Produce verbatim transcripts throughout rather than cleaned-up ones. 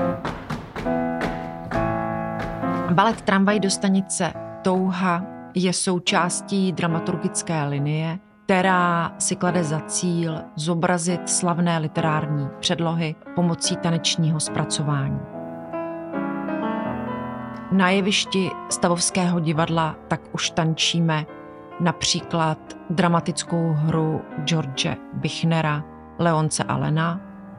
Balet Tramvaj do stanice Touha je součástí dramaturgické linie, která si klade za cíl zobrazit slavné literární předlohy pomocí tanečního zpracování. Na jevišti Stavovského divadla tak už tančíme například dramatickou hru George Bichnera Leonce a Lena.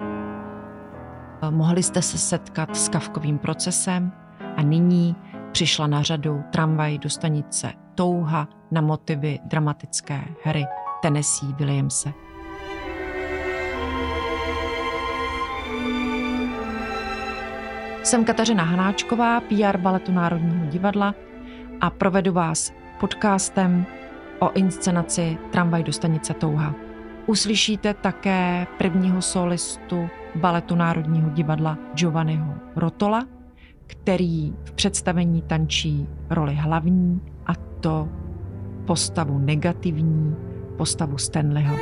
Mohli jste se setkat s Kafkovým procesem a nyní přišla na řadu Tramvaj do stanice Touha na motivy dramatické hry Tennessee Williamse. Jsem Kateřina Hanáčková, P R Baletu Národního divadla a provedu vás podcastem o inscenaci Tramvaj do stanice Touha. Uslyšíte také prvního solistu Baletu Národního divadla Giovanniho Rotola, který v představení tančí roli hlavní, a to postavu negativní, postavu Stanleyho.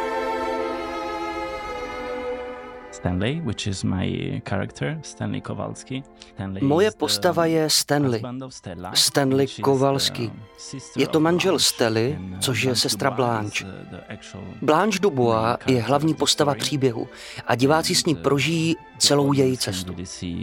Stanley, which is my character, Stanley Kowalski. Stanley Moje postava je Stanley. Stanley Kowalski. Je to manžel Stelly, což je sestra Blanche. Blanche Dubois je hlavní postava příběhu a diváci s ní prožijí celou její cestu.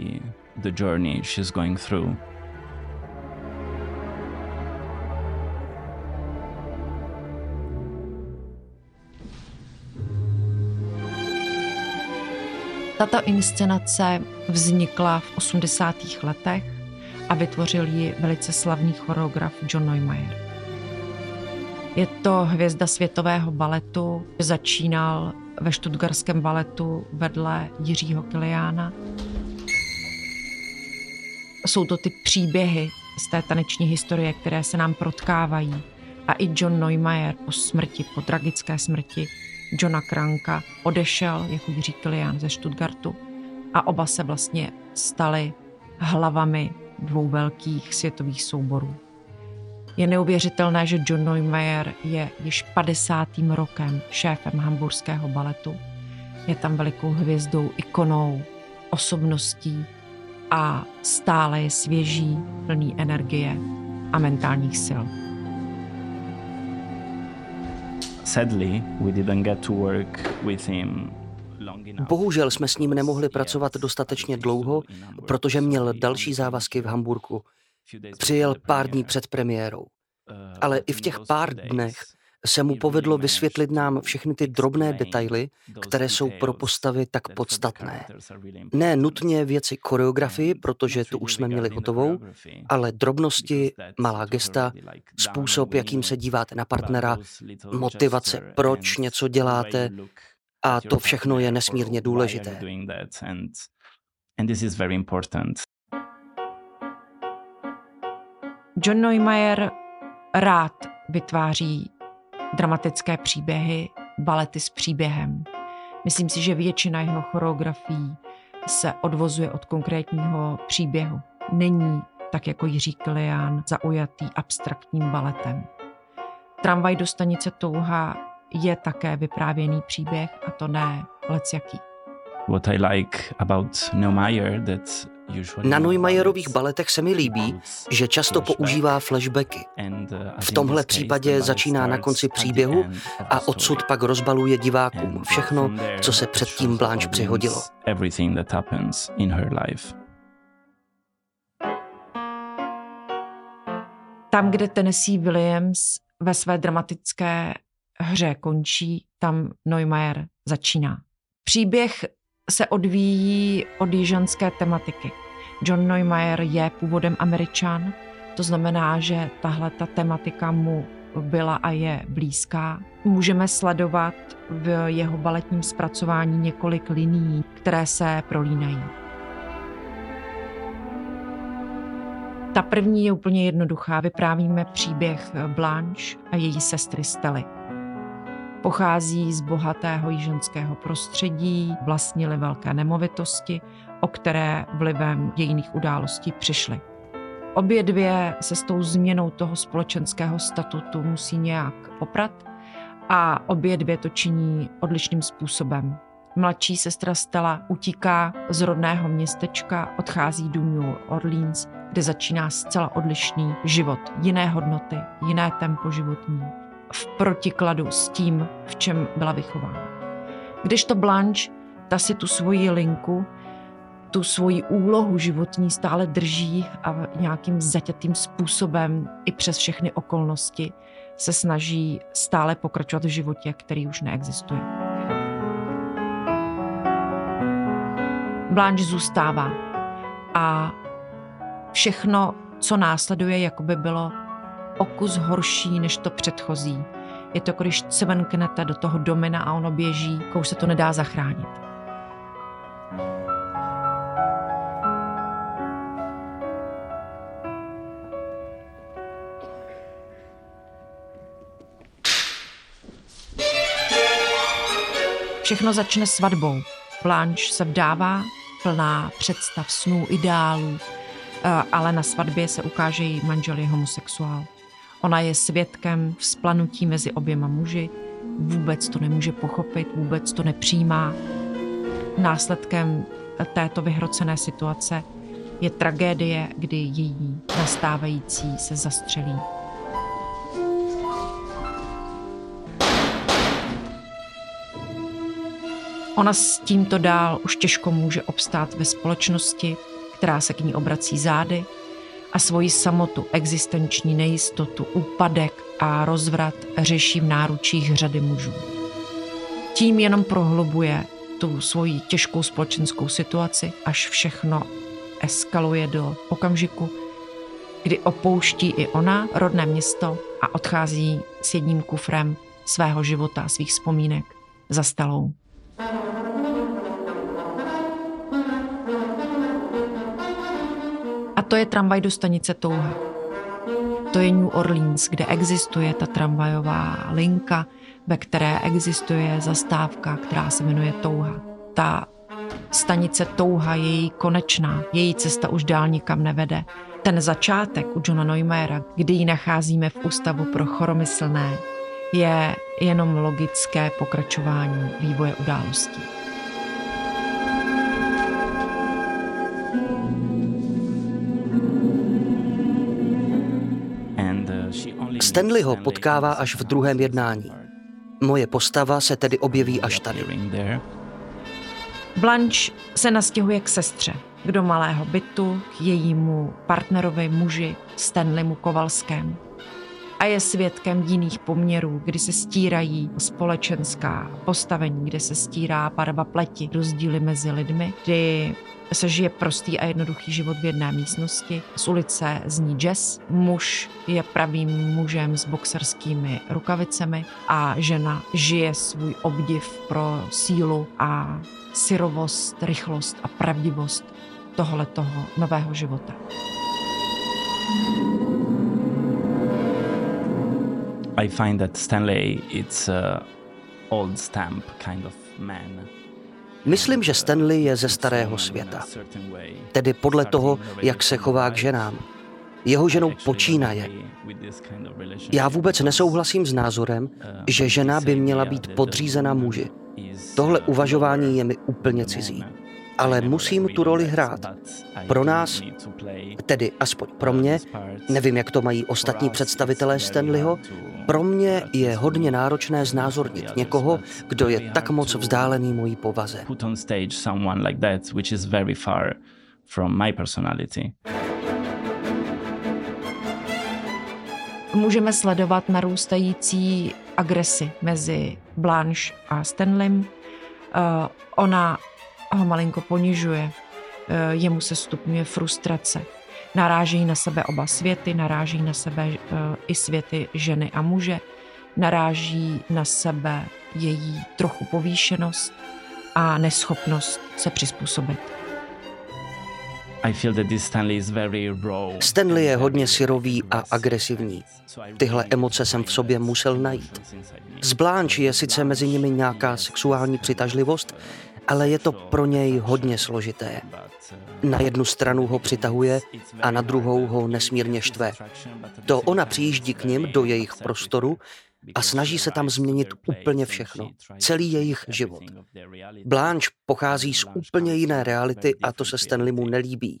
Tato inscenace vznikla v osmdesátých letech a vytvořil ji velice slavný choreograf John Neumeier. Je to hvězda světového baletu, začínal ve Stuttgartském baletu vedle Jiřího Kiliána. Jsou to ty příběhy z té taneční historie, které se nám protkávají. A i John Neumeier po smrti, po tragické smrti Johna Kranka odešel jako Jiří Kilián ze Stuttgartu a oba se vlastně stali hlavami dvou velkých světových souborů. Je neuvěřitelné, že John Neumeier je již padesátým rokem šéfem hamburského baletu. Je tam velikou hvězdou, ikonou, osobností a stále je svěží, plný energie a mentálních sil. Sadly, we didn't get to work with him long enough. Bohužel jsme s ním nemohli pracovat dostatečně dlouho, protože měl další závazky v Hamburku. Přijel pár dní před premiérou. Ale i v těch pár dnech se mu povedlo vysvětlit nám všechny ty drobné detaily, které jsou pro postavy tak podstatné. Ne nutně věci choreografii, protože tu už jsme měli hotovou, ale drobnosti, malá gesta, způsob, jakým se díváte na partnera, motivace, proč něco děláte, a to všechno je nesmírně důležité. John Neumeier rád vytváří dramatické příběhy, balety s příběhem. Myslím si, že většina jeho choreografií se odvozuje od konkrétního příběhu. Není tak jako Jiří Kilián zaujatý abstraktním baletem. Tramvaj do stanice Touha je také vyprávěný příběh, a to ne lecjaký. What I like about Neumeier, that na Neumeierových baletech se mi líbí, že často používá flashbacky. V tomhle případě začíná na konci příběhu a odsud pak rozbaluje divákům všechno, co se předtím Blanche přihodilo. Tam, kde Tennessee Williams ve své dramatické hře končí, tam Neumeier začíná. Příběh se odvíjí od jižanské tematiky. John Neumeier je původem Američan, to znamená, že tahle ta tematika mu byla a je blízká. Můžeme sledovat v jeho baletním zpracování několik linií, které se prolínají. Ta první je úplně jednoduchá. Vyprávíme příběh Blanche a její sestry Stelly. Pochází z bohatého jižanského prostředí, vlastnili velké nemovitosti, o které vlivem dějinných událostí přišly. Obě dvě se s tou změnou toho společenského statutu musí nějak poprat a obě dvě to činí odlišným způsobem. Mladší sestra Stella utíká z rodného městečka, odchází do New Orleans, kde začíná zcela odlišný život, jiné hodnoty, jiné tempo životní, v protikladu s tím, v čem byla vychována. Kdežto Blanche, ta si tu svoji linku, tu svoji úlohu životní stále drží a nějakým zaťatým způsobem i přes všechny okolnosti se snaží stále pokračovat v životě, který už neexistuje. Blanche zůstává a všechno, co následuje, jako by bylo o kus horší než to předchozí. Je to, když cvenknete do toho domina a ono běží, jako už se to nedá zachránit. Všechno začne svatbou. Blanche se vdává, plná představ, snů, ideálů, ale na svatbě se ukáže její manžel je homosexuál. Ona je svědkem vzplanutí mezi oběma muži, vůbec to nemůže pochopit, vůbec to nepřijímá. Následkem této vyhrocené situace je tragédie, kdy její nastávající se zastřelí. Ona s tímto dál už těžko může obstát ve společnosti, která se k ní obrací zády a svoji samotu, existenční nejistotu, úpadek a rozvrat řeší v náručích řady mužů. Tím jenom prohlubuje tu svoji těžkou společenskou situaci, až všechno eskaluje do okamžiku, kdy opouští i ona rodné město a odchází s jedním kufrem svého života, svých vzpomínek za Stellou. A to je tramvaj do stanice Touha. To je New Orleans, kde existuje ta tramvajová linka, ve které existuje zastávka, která se jmenuje Touha. Ta stanice Touha je její konečná, její cesta už dál nikam nevede. Ten začátek u Johna Neumayera, kdy ji nacházíme v ústavu pro choromyslné, je jenom logické pokračování vývoje událostí. Stanleyho potkává až v druhém jednání. Moje postava se tedy objeví až tady. Blanche se nastěhuje k sestře, do malého bytu, k jejímu partnerovi muži Stanleymu Kowalskému. A je svědkem jiných poměrů, kdy se stírají společenská postavení, kde se stírá barva pleti, rozdíly mezi lidmi, kdy se žije prostý a jednoduchý život v jedné místnosti. Z ulice zní jazz, muž je pravým mužem s boxerskými rukavicemi a žena žije svůj obdiv pro sílu a syrovost, rychlost a pravdivost tohletoho nového života. I find that Stanley it's a old stamp kind of man. Myslím, že Stanley je ze starého světa, tedy podle toho, jak se chová k ženám. Jeho ženou počínaje. Já vůbec nesouhlasím s názorem, že žena by měla být podřízena muži. Tohle uvažování je mi úplně cizí. Ale musím tu roli hrát. Pro nás, tedy aspoň pro mě, nevím, jak to mají ostatní představitelé Stanleyho, pro mě je hodně náročné znázornit někoho, kdo je tak moc vzdálený mojí povaze. Můžeme sledovat narůstající agresi mezi Blanche a Stanleym. Uh, ona ho malinko ponižuje, uh, jemu se stupňuje frustrace. Naráží na sebe oba světy, naráží na sebe uh, i světy ženy a muže, naráží na sebe její trochu povýšenost a neschopnost se přizpůsobit. I feel that this Stanley is very raw. Stanley je hodně syrový a agresivní. Tyhle emoce jsem v sobě musel najít. Z Blanche je sice mezi nimi nějaká sexuální přitažlivost, ale je to pro něj hodně složité. Na jednu stranu ho přitahuje a na druhou ho nesmírně štve. To ona přijíždí k nim do jejich prostoru a snaží se tam změnit úplně všechno, celý jejich život. Blanche pochází z úplně jiné reality a to se Stanleymu nelíbí.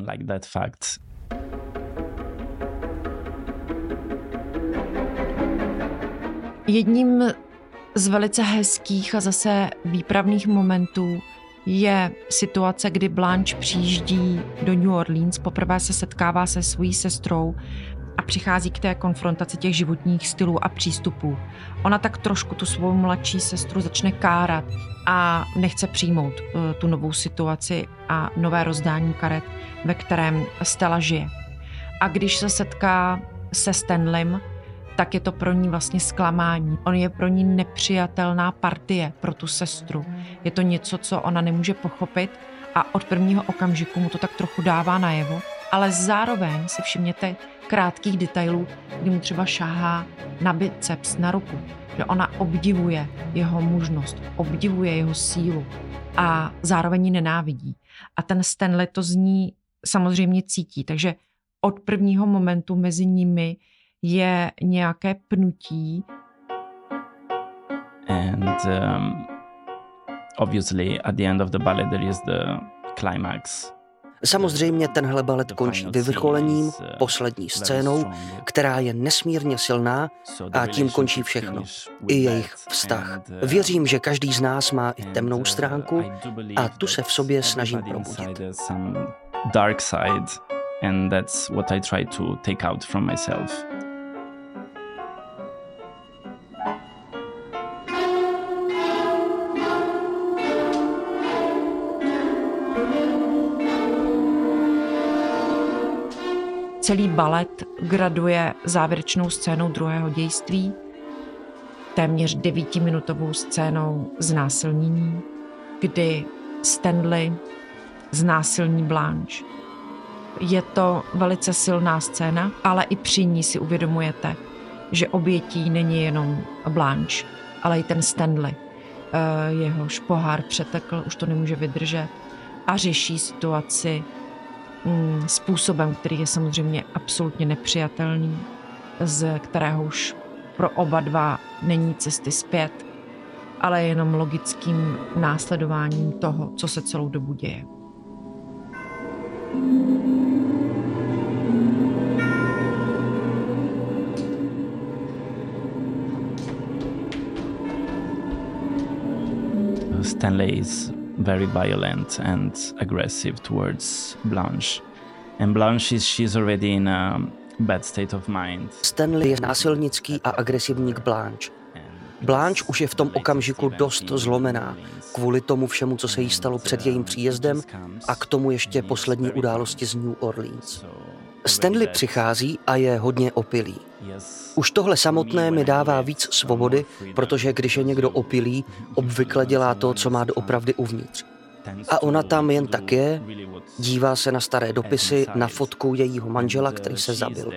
Jedním z velice hezkých a zase výpravných momentů je situace, kdy Blanche přijíždí do New Orleans, poprvé se setkává se svojí sestrou a přichází k té konfrontaci těch životních stylů a přístupů. Ona tak trošku tu svou mladší sestru začne kárat a nechce přijmout uh, tu novou situaci a nové rozdání karet, ve kterém Stella žije. A když se setká se Stanleym, tak je to pro ní vlastně zklamání. On je pro ní nepřijatelná partie pro tu sestru. Je to něco, co ona nemůže pochopit a od prvního okamžiku mu to tak trochu dává najevo, ale zároveň si všimněte krátkých detailů, kdy mu třeba šáhá na biceps, na ruku, že ona obdivuje jeho mužnost, obdivuje jeho sílu a zároveň ji nenávidí. A ten Stanley to z ní samozřejmě cítí, takže od prvního momentu mezi nimi je nějaké pnutí. And um, obviously at the end of the ballet there is the climax. Samozřejmě tenhle balet končí vyvrcholením, poslední scénou, která je nesmírně silná a tím končí všechno. I jejich vztah. Věřím, že každý z nás má i temnou stránku a tu se v sobě snažím probudit. Dark side, and that's what I try to take out from myself. Celý balet graduje závěrečnou scénou druhého dějství, téměř devítiminutovou scénou znásilnění, kdy Stanley znásilní Blanche. Je to velice silná scéna, ale i při ní si uvědomujete, že obětí není jenom Blanche, ale i ten Stanley. Jehož pohár přetekl, už to nemůže vydržet a řeší situaci způsobem, který je samozřejmě absolutně nepřijatelný, z kterého už pro oba dva není cesty zpět, ale jenom logickým následováním toho, co se celou dobu děje. Stanley is very violent and aggressive towards Blanche. And Blanche is she's already in a bad state of mind. Stanley je násilnický a agresivní k Blanche. Blanche už je v tom okamžiku dost zlomená kvůli tomu všemu, co se jí stalo před jejím příjezdem a k tomu ještě poslední události z New Orleans. Stanley přichází a je hodně opilý. Už tohle samotné mi dává víc svobody, protože když je někdo opilý, obvykle dělá to, co má doopravdy uvnitř. A ona tam jen tak je, dívá se na staré dopisy, na fotku jejího manžela, který se zabil.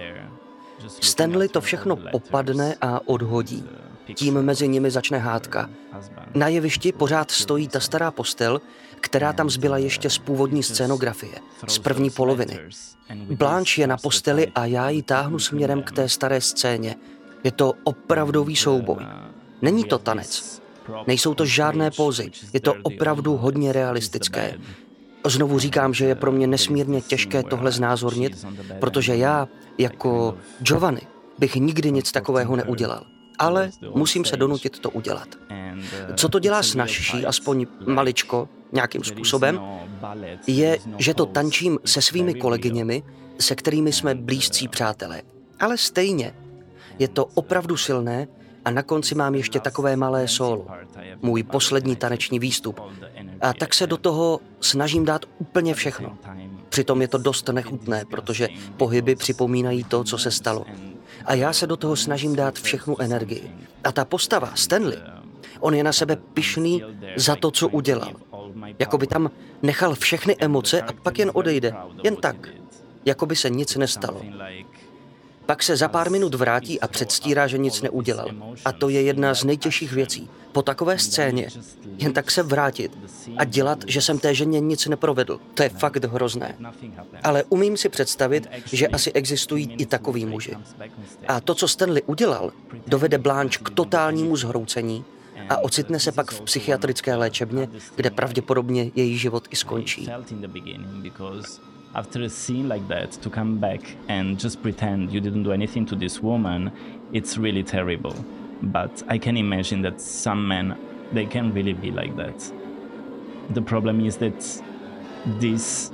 Stanley to všechno popadne a odhodí. Tím mezi nimi začne hádka. Na jevišti pořád stojí ta stará postel, která tam zbyla ještě z původní scénografie, z první poloviny. Blanche je na posteli a já ji táhnu směrem k té staré scéně. Je to opravdový souboj. Není to tanec. Nejsou to žádné pózy. Je to opravdu hodně realistické. Znovu říkám, že je pro mě nesmírně těžké tohle znázornit, protože já, jako Giovanni, bych nikdy nic takového neudělal. Ale musím se donutit to udělat. Co to dělá snazší, aspoň maličko, nějakým způsobem, je, že to tančím se svými kolegyněmi, se kterými jsme blízcí přátelé. Ale stejně je to opravdu silné a na konci mám ještě takové malé solo. Můj poslední taneční výstup. A tak se do toho snažím dát úplně všechno. Přitom je to dost nechutné, protože pohyby připomínají to, co se stalo. A já se do toho snažím dát všechnu energii. A ta postava, Stanley, on je na sebe pyšný za to, co udělal. Jako by tam nechal všechny emoce a pak jen odejde. Jen tak. Jako by se nic nestalo. Pak se za pár minut vrátí a předstírá, že nic neudělal. A to je jedna z nejtěžších věcí. Po takové scéně jen tak se vrátit a dělat, že jsem té ženě nic neprovedl. To je fakt hrozné. Ale umím si představit, že asi existují i takový muži. A to, co Stanley udělal, dovede Blanche k totálnímu zhroucení a ocitne se pak v psychiatrické léčebně, kde pravděpodobně její život i skončí. After a scene like that, to come back and just pretend you didn't do anything to this woman, it's really terrible. But I can imagine that some men, they can really be like that. The problem is that this,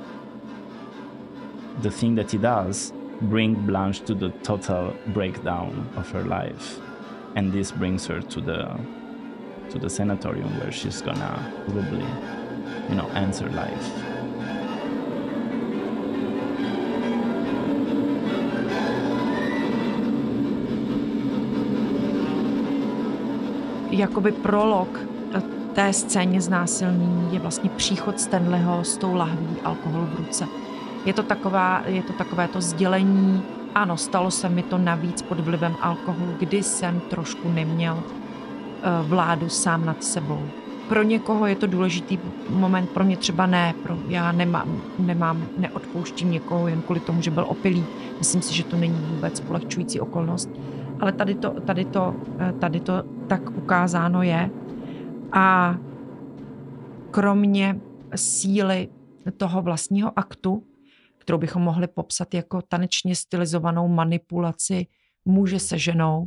the thing that he does, bring Blanche to the total breakdown of her life. And this brings her to the, to the sanatorium where she's gonna probably, you know, end her life. Jakoby prolog té scéně znásilnění je vlastně příchod Stanleyho s tou lahví alkoholu v ruce. Je to, taková, je to takové to sdělení, ano, stalo se mi to navíc pod vlivem alkoholu, kdy jsem trošku neměl vládu sám nad sebou. Pro někoho je to důležitý moment, pro mě třeba ne. Pro, já nemám, nemám, neodpouštím někoho jen kvůli tomu, že byl opilý. Myslím si, že to není vůbec polehčující okolnost. Ale tady to, tady to, tady to tak ukázáno je. A kromě síly toho vlastního aktu, kterou bychom mohli popsat jako tanečně stylizovanou manipulaci muže se ženou,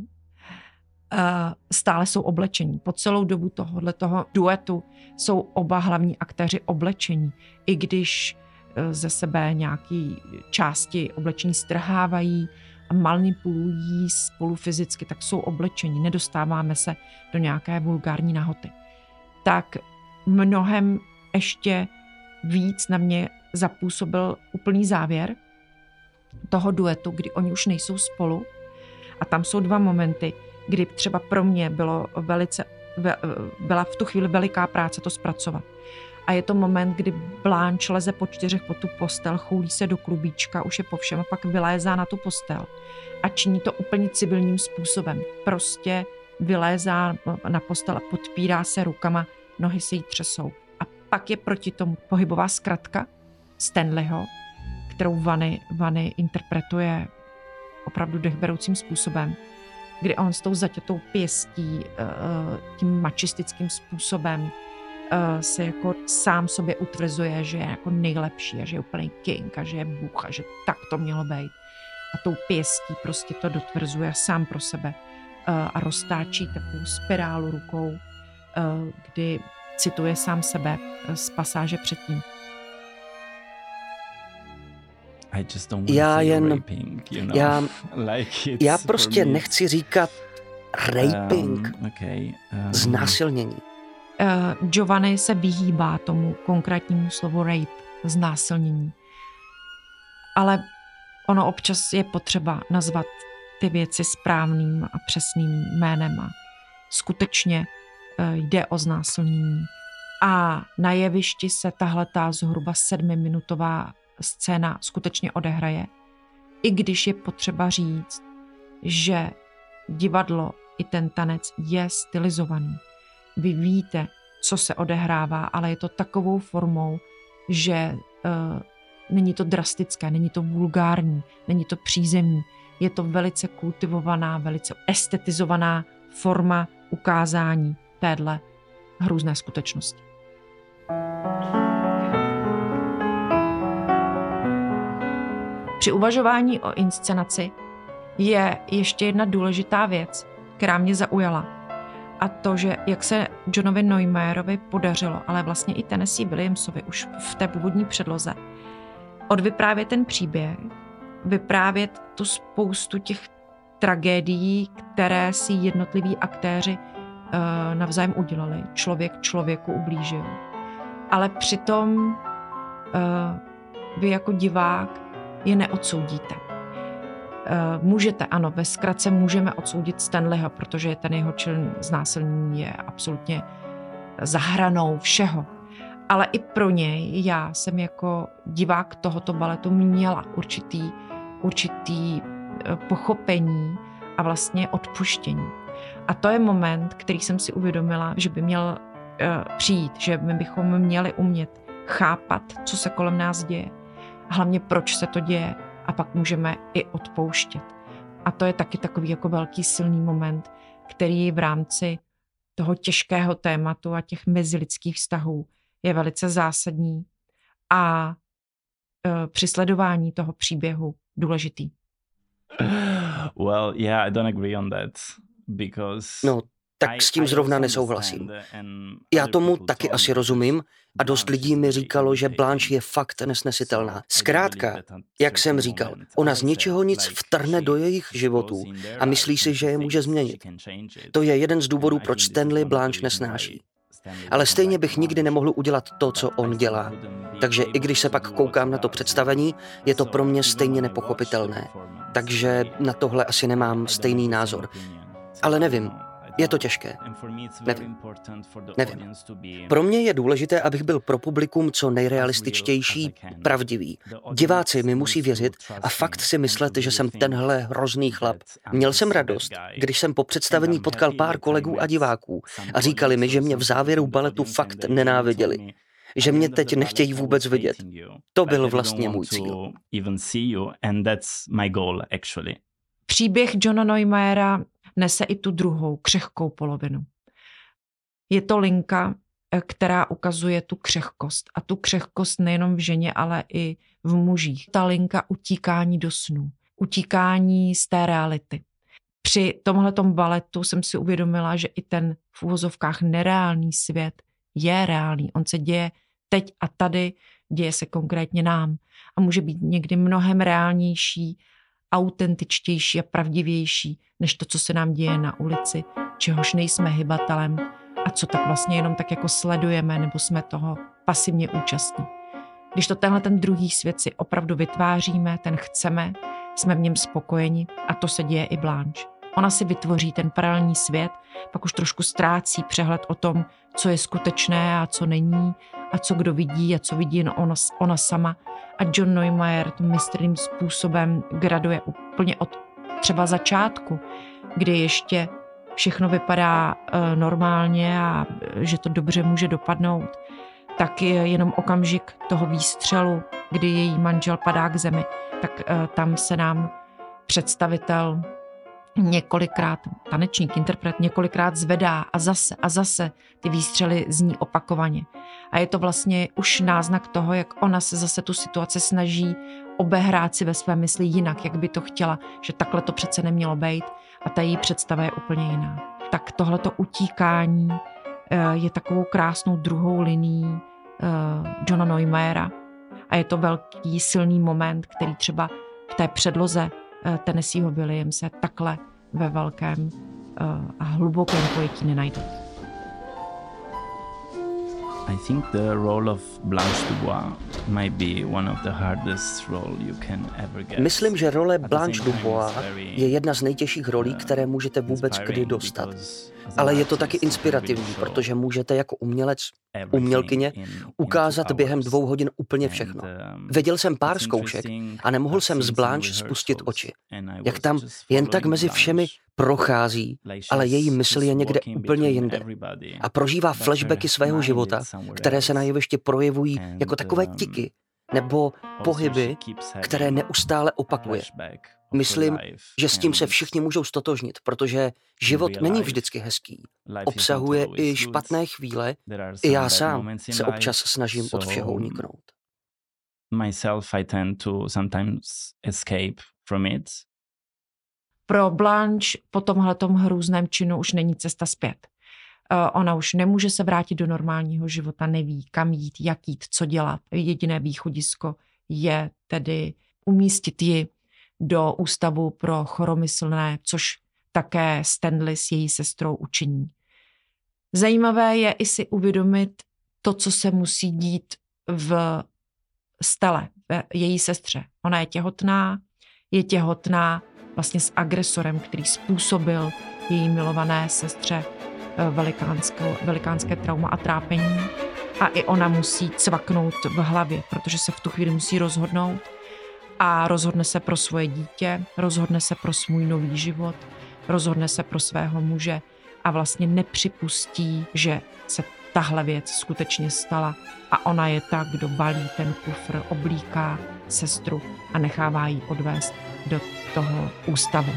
stále jsou oblečení. Po celou dobu tohoto duetu jsou oba hlavní aktéři oblečení. I když ze sebe nějaké části oblečení strhávají a manipulují spolu fyzicky, tak jsou oblečení. Nedostáváme se do nějaké vulgární nahoty. Tak mnohem ještě víc na mě zapůsobil úplný závěr toho duetu, kdy oni už nejsou spolu. A tam jsou dva momenty, kdy třeba pro mě bylo velice, byla v tu chvíli veliká práce to zpracovat. A je to moment, kdy Blanche leze po čtyřech po tu postel, choulí se do klubíčka, už je po všem a pak vylézá na tu postel. A činí to úplně civilním způsobem. Prostě vylézá na postel a podpírá se rukama, nohy se jí třesou. A pak je proti tomu pohybová zkratka Stanleyho, kterou Vanny, Vanny interpretuje opravdu dechberoucím způsobem, kdy on s tou zaťatou pěstí, tím mačistickým způsobem se jako sám sobě utvrzuje, že je jako nejlepší a že je úplný king a že je bůh a že tak to mělo být. A tou pěstí prostě to dotvrzuje sám pro sebe a roztáčí takovou spirálu rukou, kdy cituje sám sebe z pasáže předtím. Já jen, já, já prostě nechci říkat raping, znásilnění. Uh, Giovanni se vyhýbá tomu konkrétnímu slovu rape, znásilnění. Ale ono občas je potřeba nazvat ty věci správným a přesným jménem a skutečně uh, jde o znásilnění. A na jevišti se tahletá zhruba sedmiminutová scéna skutečně odehraje. I když je potřeba říct, že divadlo i ten tanec je stylizovaný. Vy víte, co se odehrává, ale je to takovou formou, že uh, není to drastické, není to vulgární, není to přízemní. Je to velice kultivovaná, velice estetizovaná forma ukázání téhle hrůzné skutečnosti. Při uvažování o inscenaci je ještě jedna důležitá věc, která mě zaujala. A to, že jak se Johnovi Neumayerovi podařilo, ale vlastně i Tennessee Williamsovi už v té původní předloze, odvyprávět ten příběh, vyprávět tu spoustu těch tragédií, které si jednotliví aktéři uh, navzájem udělali. Člověk člověku ublížil. Ale přitom uh, vy jako divák je neodsoudíte. Můžete, ano, ve zkratce můžeme odsoudit Stanleyho, protože ten jeho čin znásilnění je absolutně za hranou všeho. Ale i pro něj já jsem jako divák tohoto baletu měla určitý, určitý pochopení a vlastně odpuštění. A to je moment, který jsem si uvědomila, že by měl uh, přijít, že my bychom měli umět chápat, co se kolem nás děje. A hlavně, proč se to děje. A pak můžeme i odpouštět. A to je taky takový jako velký silný moment, který v rámci toho těžkého tématu a těch mezilidských vztahů je velice zásadní a uh, při sledování toho příběhu důležitý. Well, yeah, I don't agree on that because No, tak s tím zrovna nesouhlasím. Já tomu taky asi rozumím a dost lidí mi říkalo, že Blanche je fakt nesnesitelná. Zkrátka, jak jsem říkal, ona z ničeho nic vtrhne do jejich životů a myslí si, že je může změnit. To je jeden z důvodů, proč Stanley Blanche nesnáší. Ale stejně bych nikdy nemohl udělat to, co on dělá. Takže i když se pak koukám na to představení, je to pro mě stejně nepochopitelné. Takže na tohle asi nemám stejný názor. Ale nevím, je to těžké. Nevím. Nevím. Pro mě je důležité, abych byl pro publikum co nejrealističtější, pravdivý. Diváci mi musí věřit a fakt si myslet, že jsem tenhle hrozný chlap. Měl jsem radost, když jsem po představení potkal pár kolegů a diváků a říkali mi, že mě v závěru baletu fakt nenáviděli. Že mě teď nechtějí vůbec vidět. To byl vlastně můj cíl. Příběh Johna Neumayera nese i tu druhou, křehkou polovinu. Je to linka, která ukazuje tu křehkost. A tu křehkost nejenom v ženě, ale i v mužích. Ta linka utíkání do snů. Utíkání z té reality. Při tomhletom baletu jsem si uvědomila, že i ten v uvozovkách nereálný svět je reálný. On se děje teď a tady, děje se konkrétně nám. A může být někdy mnohem reálnější, autentičtější a pravdivější, než to, co se nám děje na ulici, čehož nejsme hybatelem a co tak vlastně jenom tak jako sledujeme nebo jsme toho pasivně účastní. Když to tenhle ten druhý svět si opravdu vytváříme, ten chceme, jsme v něm spokojeni a to se děje i Blanche. Ona si vytvoří ten paralelní svět, pak už trošku ztrácí přehled o tom, co je skutečné a co není a co kdo vidí a co vidí jen ona, ona sama. A John Neumayer tím mistrným způsobem graduje úplně od třeba začátku, kdy ještě všechno vypadá uh, normálně a že to dobře může dopadnout, tak je jenom okamžik toho výstřelu, kdy její manžel padá k zemi, tak uh, tam se nám představitel několikrát, tanečník, interpret, několikrát zvedá a zase a zase ty výstřely zní opakovaně. A je to vlastně už náznak toho, jak ona se zase tu situaci snaží obehrát si ve své mysli jinak, jak by to chtěla, že takhle to přece nemělo být a ta její představa je úplně jiná. Tak tohleto utíkání je takovou krásnou druhou linií Johna Neumayera a je to velký silný moment, který třeba v té předloze Tennesseeho Williamse takhle ve velkém a hlubokém pojetí nenajdou. I think the role of Blanche Dubois might be one of the hardest role you can ever get. Myslím, že role Blanche Dubois je jedna z nejtěžších rolí, které můžete vůbec kdy dostat. Ale je to taky inspirativní, protože můžete jako umělec, umělkyně, ukázat během dvou hodin úplně všechno. Viděl jsem pár zkoušek a nemohl jsem z Blanche spustit oči. Jak tam jen tak mezi všemi prochází, ale její mysl je někde úplně jinde. A prožívá flashbacky svého života, které se na jevišti projevují jako takové tiky nebo pohyby, které neustále opakuje. Myslím, že s tím se všichni můžou stotožnit, protože život není vždycky hezký. Obsahuje i špatné chvíle, i já sám se občas snažím od všeho uniknout. Myself, I tend to sometimes escape from it. Pro Blanche po tomhletom hrůzném činu už není cesta zpět. Ona už nemůže se vrátit do normálního života, neví, kam jít, jak jít, co dělat. Jediné východisko je tedy umístit ji do ústavu pro choromyslné, což také Stanley s její sestrou učiní. Zajímavé je i si uvědomit to, co se musí dít v Stelle, v její sestře. Ona je těhotná, je těhotná vlastně s agresorem, který způsobil její milované sestře velikánské, velikánské trauma a trápení. A i ona musí cvaknout v hlavě, protože se v tu chvíli musí rozhodnout. a rozhodne se pro svoje dítě, rozhodne se pro svůj nový život, rozhodne se pro svého muže a vlastně nepřipustí, že se tahle věc skutečně stala a ona je ta, kdo balí ten kufr, oblíká sestru a nechává ji odvést do toho ústavu.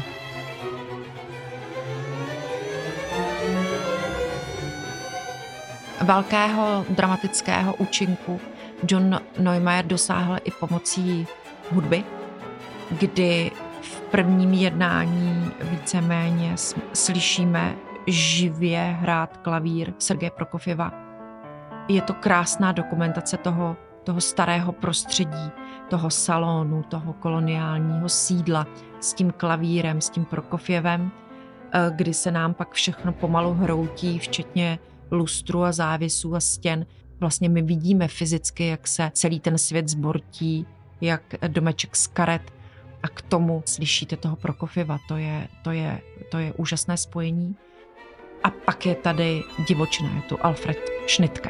Velkého dramatického účinku John Neumeier dosáhl i pomocí hudby, kdy v prvním jednání víceméně slyšíme živě hrát klavír Sergeje Prokofjeva. Je to krásná dokumentace toho, toho starého prostředí, toho salonu, toho koloniálního sídla s tím klavírem, s tím Prokofjevem, kdy se nám pak všechno pomalu hroutí, včetně lustru a závěsů a stěn. Vlastně my vidíme fyzicky, jak se celý ten svět zbortí, jak domeček z karet a k tomu slyšíte toho Prokofjeva. To je, to je, to je úžasné spojení. A pak je tady divočina, je tu Alfred Schnittke.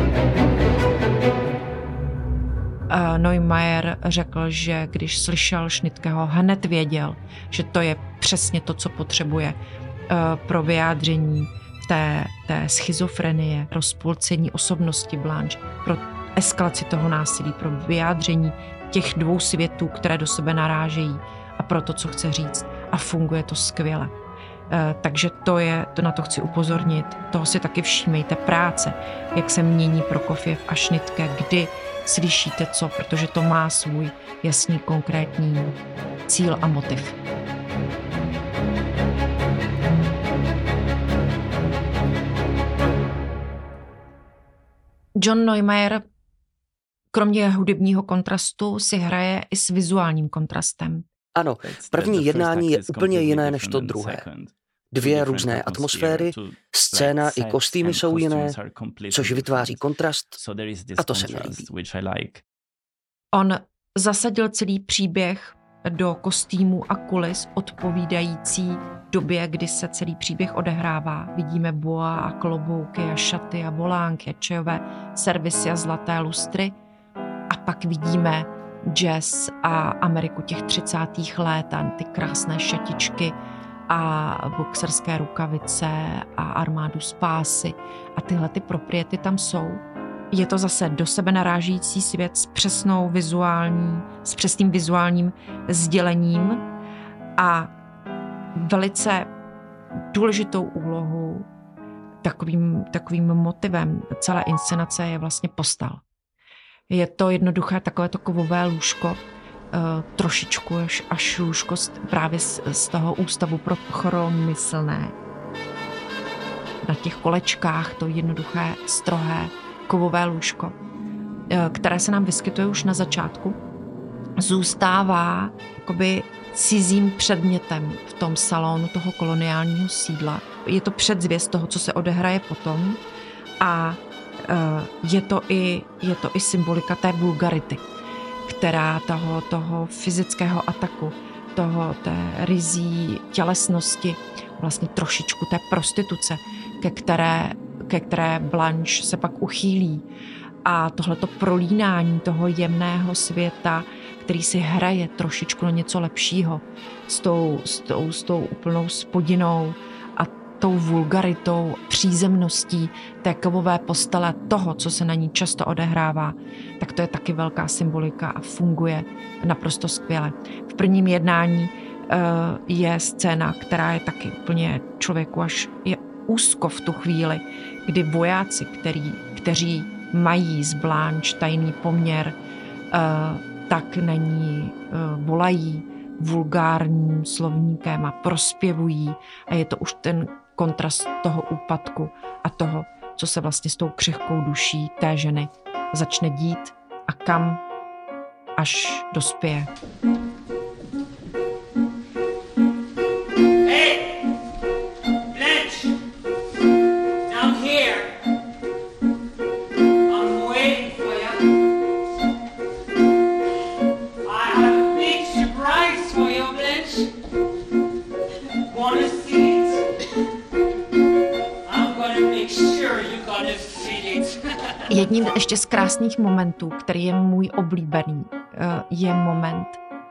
Neumeier řekl, že když slyšel Schnittkeho, hned věděl, že to je přesně to, co potřebuje pro vyjádření té, té schizofrenie, rozpolcení osobnosti Blanche, pro eskalaci toho násilí, pro vyjádření těch dvou světů, které do sebe narážejí a pro to, co chce říct. A funguje to skvěle. Takže to je, to na to chci upozornit. Toho si taky všímejte, práce, jak se mění Prokofjev a Schnittke, kdy slyšíte co, protože to má svůj jasný konkrétní cíl a motiv. John Neumeier kromě hudebního kontrastu si hraje i s vizuálním kontrastem. Ano, první jednání je úplně jiné než to druhé. Dvě různé atmosféry, scéna i kostýmy jsou jiné, což vytváří kontrast a to se mi líbí. On zasadil celý příběh do kostýmů a kulis odpovídající době, kdy se celý příběh odehrává. Vidíme boa a klobouky a šaty a volánky a čajové servisy a zlaté lustry. A pak vidíme jazz a Ameriku těch třicátých let a ty krásné šatičky a boxerské rukavice a armádu spásy. A tyhle ty propriety tam jsou. Je to zase do sebe narážící svět s přesnou vizuální, s přesným vizuálním sdělením a velice důležitou úlohu, takovým, takovým motivem celé inscenace je vlastně postel. Je to jednoduché takové to kovové lůžko, trošičku až, až lůžko právě z, z toho ústavu pro chromyslné. Na těch kolečkách to jednoduché, strohé kovové lůžko, které se nám vyskytuje už na začátku, zůstává jakoby cizím předmětem v tom salonu toho koloniálního sídla. Je to předzvěst toho, co se odehraje potom a je to i, je to i symbolika té vulgarity, která toho, toho fyzického ataku, toho, té rizí tělesnosti, vlastně trošičku té prostituce, ke které, ke které Blanche se pak uchýlí. A tohleto prolínání toho jemného světa, který si hraje trošičku na něco lepšího, s tou, s tou, s tou úplnou spodinou a tou vulgaritou, přízemností té kovové postele, toho, co se na ní často odehrává, tak to je taky velká symbolika a funguje naprosto skvěle. V prvním jednání uh, je scéna, která je taky úplně člověku až je úzko v tu chvíli, kdy vojáci, který, kteří mají z Blanche tajný poměr, uh, tak na ní uh, volají vulgárním slovníkem a prospěvují a je to už ten kontrast toho úpadku a toho, co se vlastně s tou křehkou duší té ženy začne dít a kam až dospěje. Jedním ještě z krásných momentů, který je můj oblíbený, je moment,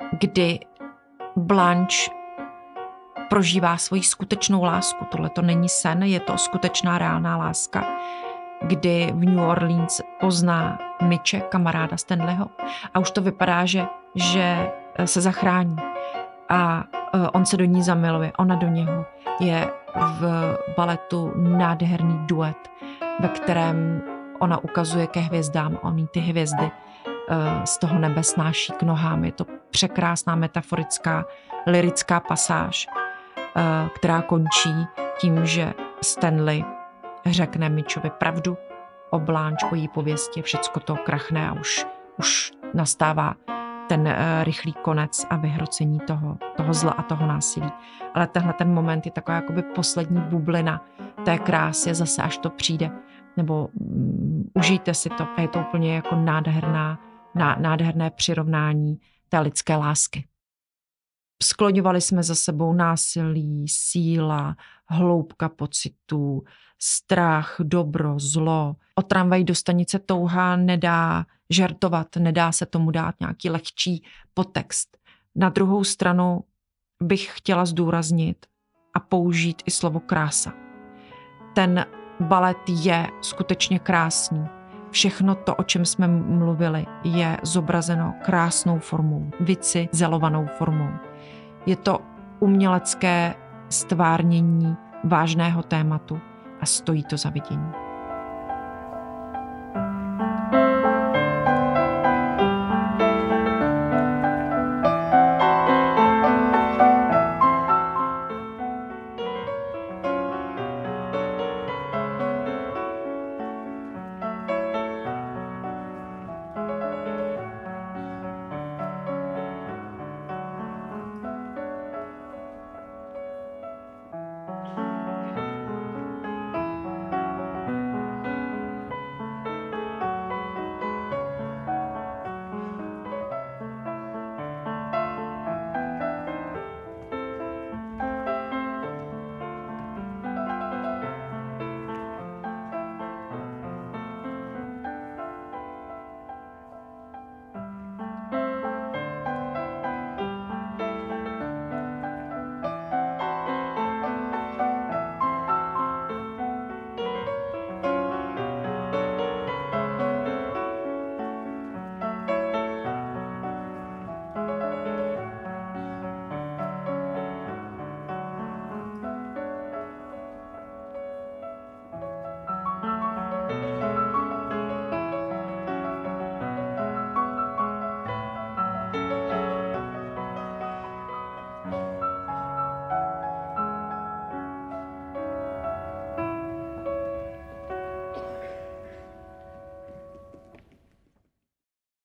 kdy Blanche prožívá svoji skutečnou lásku. Tohle to není sen, je to skutečná reálná láska, kdy v New Orleans pozná Mitche, kamaráda Stanleyho, a už to vypadá, že, že se zachrání. A on se do ní zamiluje, ona do něho. Je v baletu nádherný duet, ve kterém ona ukazuje ke hvězdám, a on ty hvězdy z toho nebe snáší k nohám. Je to překrásná metaforická lyrická pasáž, která končí tím, že Stanley řekne Mitchovi pravdu o Blanche, o její pověsti, všecko to krachne a už, už nastává ten uh, rychlý konec a vyhrocení toho, toho zla a toho násilí. Ale tenhle ten moment je taková jakoby poslední bublina té krásy, zase až to přijde, nebo um, užijte si to, a je to úplně jako nádherná, ná, nádherné přirovnání té lidské lásky. Skloňovali jsme za sebou násilí, síla, hloubka pocitů, strach, dobro, zlo. O tramvaji do stanice touha nedá žertovat, nedá se tomu dát nějaký lehčí podtext. Na druhou stranu bych chtěla zdůraznit a použít i slovo krása. Ten balet je skutečně krásný. Všechno to, o čem jsme mluvili, je zobrazeno krásnou formou, vycizelovanou formou. Je to umělecké stvárnění vážného tématu a stojí to za vidění.